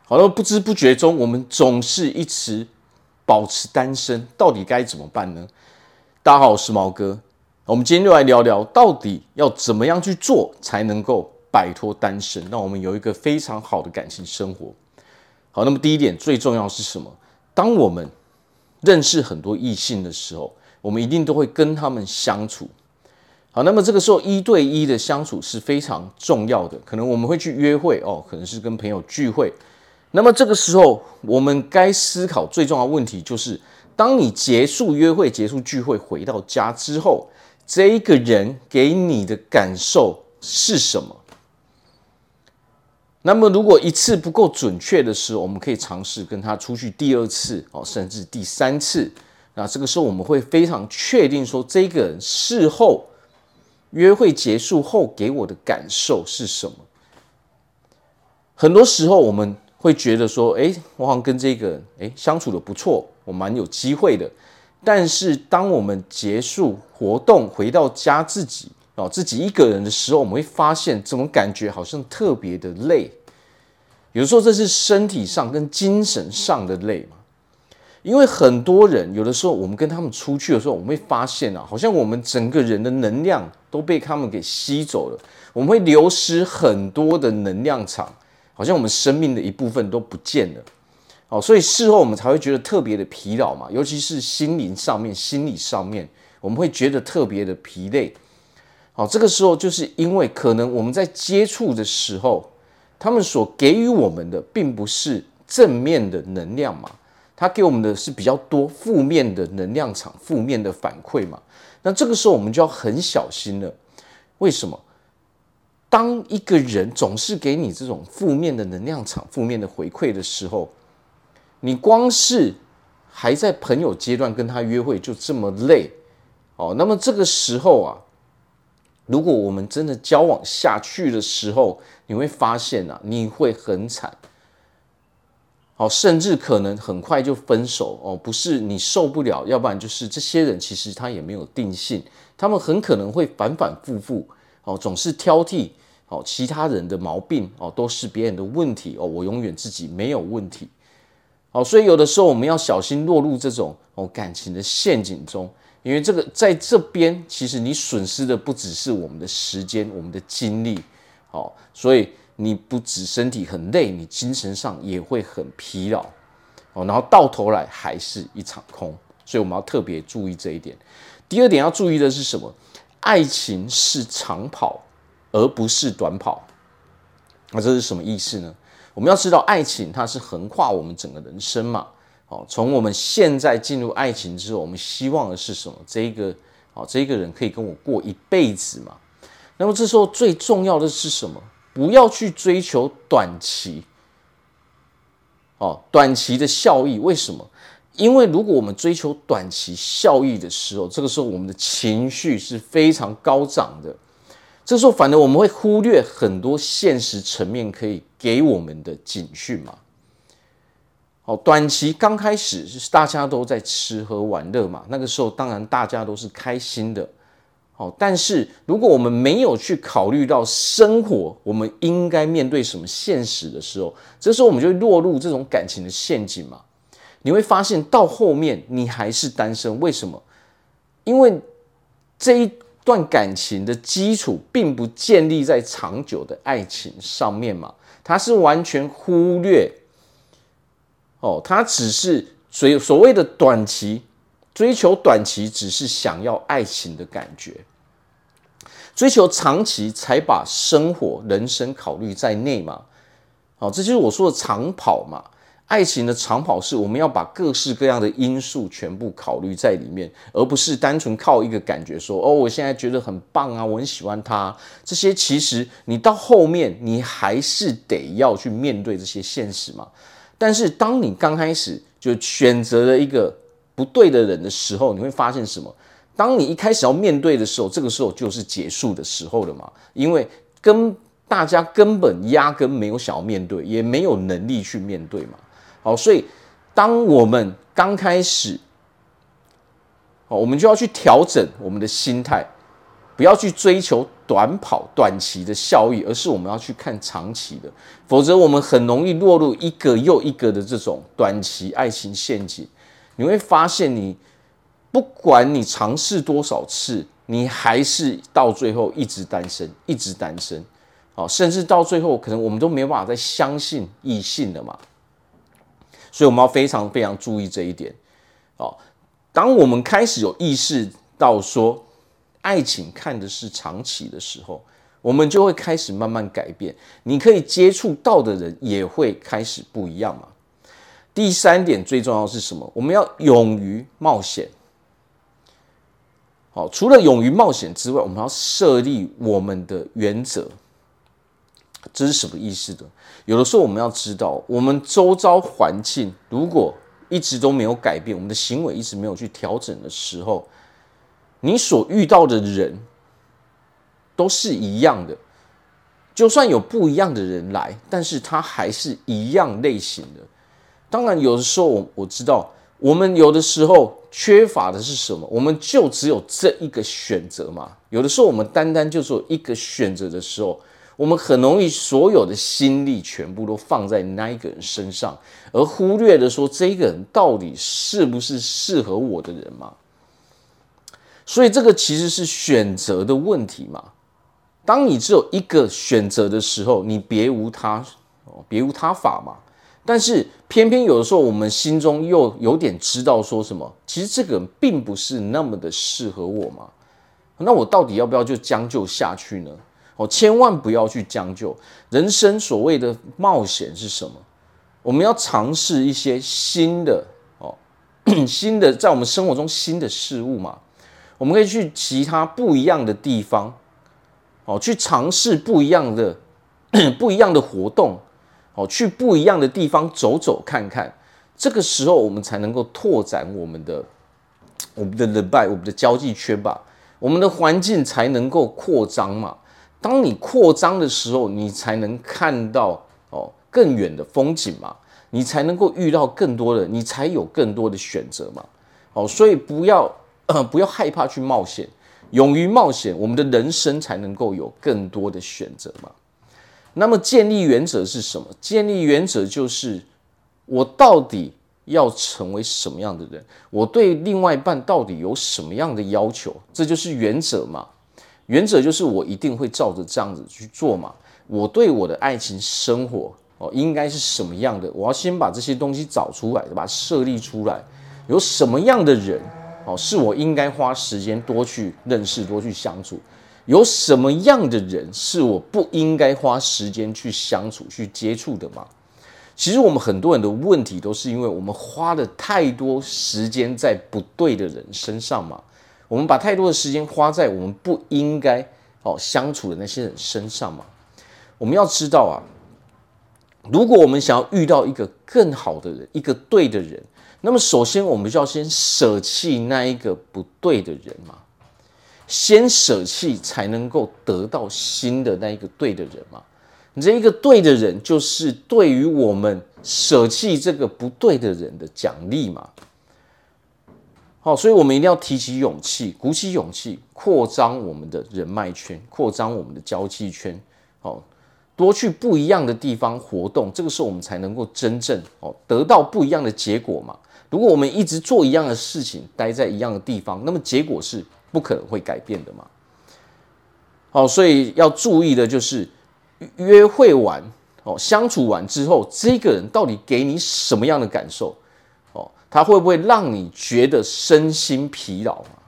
好了，不知不觉中，我们总是一直保持单身，到底该怎么办呢？大家好，我是毛哥，我们今天就来聊聊，到底要怎么样去做才能够摆脱单身，让我们有一个非常好的感情生活。好，那么第一点最重要是什么？当我们认识很多异性的时候，我们一定都会跟他们相处。好，那么这个时候1对1的相处是非常重要的，可能我们会去约会哦，可能是跟朋友聚会。那么这个时候，我们该思考最重要的问题就是：当你结束约会、结束聚会回到家之后，这一个人给你的感受是什么？那么如果一次不够准确的时候，我们可以尝试跟他出去第2次哦，甚至第3次。那这个时候我们会非常确定说，这个人事后约会结束后给我的感受是什么？很多时候我们会觉得说，我好像跟这个人相处的不错，我蛮有机会的。但是当我们结束活动回到家自己一个人的时候，我们会发现怎么感觉好像特别的累。有的时候这是身体上跟精神上的累嘛。因为很多人有的时候我们跟他们出去的时候，我们会发现好像我们整个人的能量都被他们给吸走了，我们会流失很多的能量场。好像我们生命的一部分都不见了，所以事后我们才会觉得特别的疲劳嘛，尤其是心理上面，我们会觉得特别的疲累。这个时候就是因为可能我们在接触的时候，他们所给予我们的并不是正面的能量嘛，他给我们的是比较多负面的能量场、负面的反馈嘛。那这个时候我们就要很小心了。为什么？当一个人总是给你这种负面的能量场、负面的回馈的时候，你光是还在朋友阶段跟他约会就这么累那么这个时候如果我们真的交往下去的时候，你会发现你会很惨甚至可能很快就分手不是你受不了，要不然就是这些人其实他也没有定性，他们很可能会反反复复总是挑剔其他人的毛病都是别人的问题我永远自己没有问题所以有的时候我们要小心落入这种感情的陷阱中，因为这个在这边其实你损失的不只是我们的时间、我们的精力所以你不止身体很累，你精神上也会很疲劳然后到头来还是一场空，所以我们要特别注意这一点。第二点要注意的是什么？爱情是长跑而不是短跑。那这是什么意思呢？我们要知道爱情它是横跨我们整个人生嘛从我们现在进入爱情之后，我们希望的是什么？这一个人可以跟我过一辈子嘛。那么这时候最重要的是什么？不要去追求短期短期的效益。为什么？因为如果我们追求短期效益的时候，这个时候我们的情绪是非常高涨的，这时候反而我们会忽略很多现实层面可以给我们的警讯嘛。短期刚开始是大家都在吃喝玩乐嘛，那个时候当然大家都是开心的但是如果我们没有去考虑到生活我们应该面对什么现实的时候，这时候我们就会落入这种感情的陷阱嘛。你会发现到后面你还是单身，为什么？因为这一段感情的基础并不建立在长久的爱情上面嘛，它是完全忽略它只是所谓的短期追求，短期只是想要爱情的感觉，追求长期才把生活人生考虑在内嘛这就是我说的长跑嘛。爱情的长跑是我们要把各式各样的因素全部考虑在里面，而不是单纯靠一个感觉说我现在觉得很棒我很喜欢他。这些其实你到后面你还是得要去面对这些现实嘛。但是当你刚开始就选择了一个不对的人的时候，你会发现什么？当你一开始要面对的时候，这个时候就是结束的时候了嘛。因为大家根本压根没有想要面对，也没有能力去面对嘛。所以当我们刚开始我们就要去调整我们的心态不要去追求短期的效益，而是我们要去看长期的，否则我们很容易落入一个又一个的这种短期爱情陷阱。你会发现，你不管你尝试多少次，你还是到最后一直单身，一直单身，甚至到最后可能我们都没有办法再相信异性了嘛。所以我们要非常非常注意这一点。当我们开始有意识到说爱情看的是长期的时候，我们就会开始慢慢改变，你可以接触到的人也会开始不一样嘛。第三点最重要的是什么？我们要勇于冒险。除了勇于冒险之外，我们要设立我们的原则。这是什么意思的？有的时候我们要知道，我们周遭环境如果一直都没有改变，我们的行为一直没有去调整的时候，你所遇到的人都是一样的。就算有不一样的人来，但是他还是一样类型的。当然，有的时候我知道，我们有的时候缺乏的是什么？我们就只有这一个选择嘛。有的时候我们单单就只有一个选择的时候，我们很容易所有的心力全部都放在那一个人身上，而忽略了说这个人到底是不是适合我的人嘛。所以这个其实是选择的问题嘛。当你只有一个选择的时候，你别无他法嘛。但是偏偏有的时候我们心中又有点知道说什么，其实这个人并不是那么的适合我嘛。那我到底要不要就将就下去呢？千万不要去将就。人生所谓的冒险是什么？我们要尝试一些新的在我们生活中新的事物嘛。我们可以去其他不一样的地方，去尝试不一样的活动，去不一样的地方走走看看。这个时候我们才能够拓展我们的人脉，我们的交际圈吧，我们的环境才能够扩张嘛。当你扩张的时候，你才能看到更远的风景嘛，你才能够遇到更多的，你才有更多的选择嘛。所以不要害怕去冒险，勇于冒险，我们的人生才能够有更多的选择嘛。那么建立原则是什么？建立原则就是我到底要成为什么样的人，我对另外一半到底有什么样的要求，这就是原则嘛。原则就是我一定会照着这样子去做嘛。我对我的爱情生活应该是什么样的，我要先把这些东西找出来，把它设立出来。有什么样的人是我应该花时间多去认识、多去相处？有什么样的人是我不应该花时间去相处、去接触的吗？其实我们很多人的问题都是因为我们花了太多时间在不对的人身上嘛。我们把太多的时间花在我们不应该相处的那些人身上嘛。我们要知道啊，如果我们想要遇到一个更好的人，一个对的人，那么首先我们就要先舍弃那一个不对的人嘛。先舍弃才能够得到新的那一个对的人嘛。这一个对的人就是对于我们舍弃这个不对的人的奖励嘛。所以我们一定要提起勇气，鼓起勇气，扩张我们的人脉圈，扩张我们的交际圈，多去不一样的地方活动，这个时候我们才能够真正得到不一样的结果嘛。如果我们一直做一样的事情，待在一样的地方，那么结果是不可能会改变的嘛。所以要注意的就是约会完相处完之后，这个人到底给你什么样的感受？他会不会让你觉得身心疲劳嘛？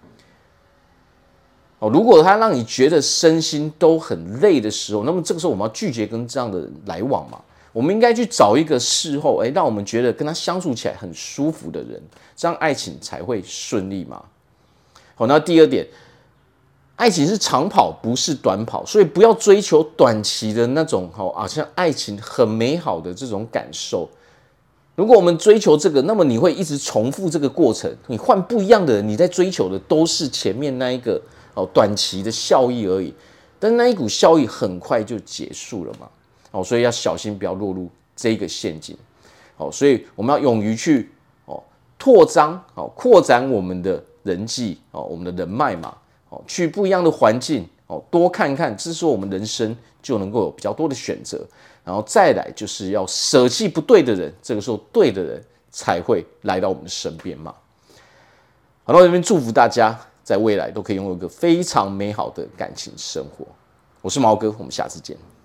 如果他让你觉得身心都很累的时候，那么这个时候我们要拒绝跟这样的人来往嘛。我们应该去找一个事后让我们觉得跟他相处起来很舒服的人，这样爱情才会顺利嘛。那第二点，爱情是长跑不是短跑，所以不要追求短期的那种好像爱情很美好的这种感受。如果我们追求这个，那么你会一直重复这个过程，你换不一样的人，你在追求的都是前面那一个短期的效益而已，但那一股效益很快就结束了嘛。所以要小心不要落入这个陷阱。所以我们要勇于去扩展我们的人际我们的人脉嘛。 去不一样的环境多看看，这时候我们人生就能够有比较多的选择。然后再来就是要舍弃不对的人，这个时候对的人才会来到我们的身边嘛。好，到这边祝福大家在未来都可以拥有一个非常美好的感情生活。我是毛哥，我们下次见。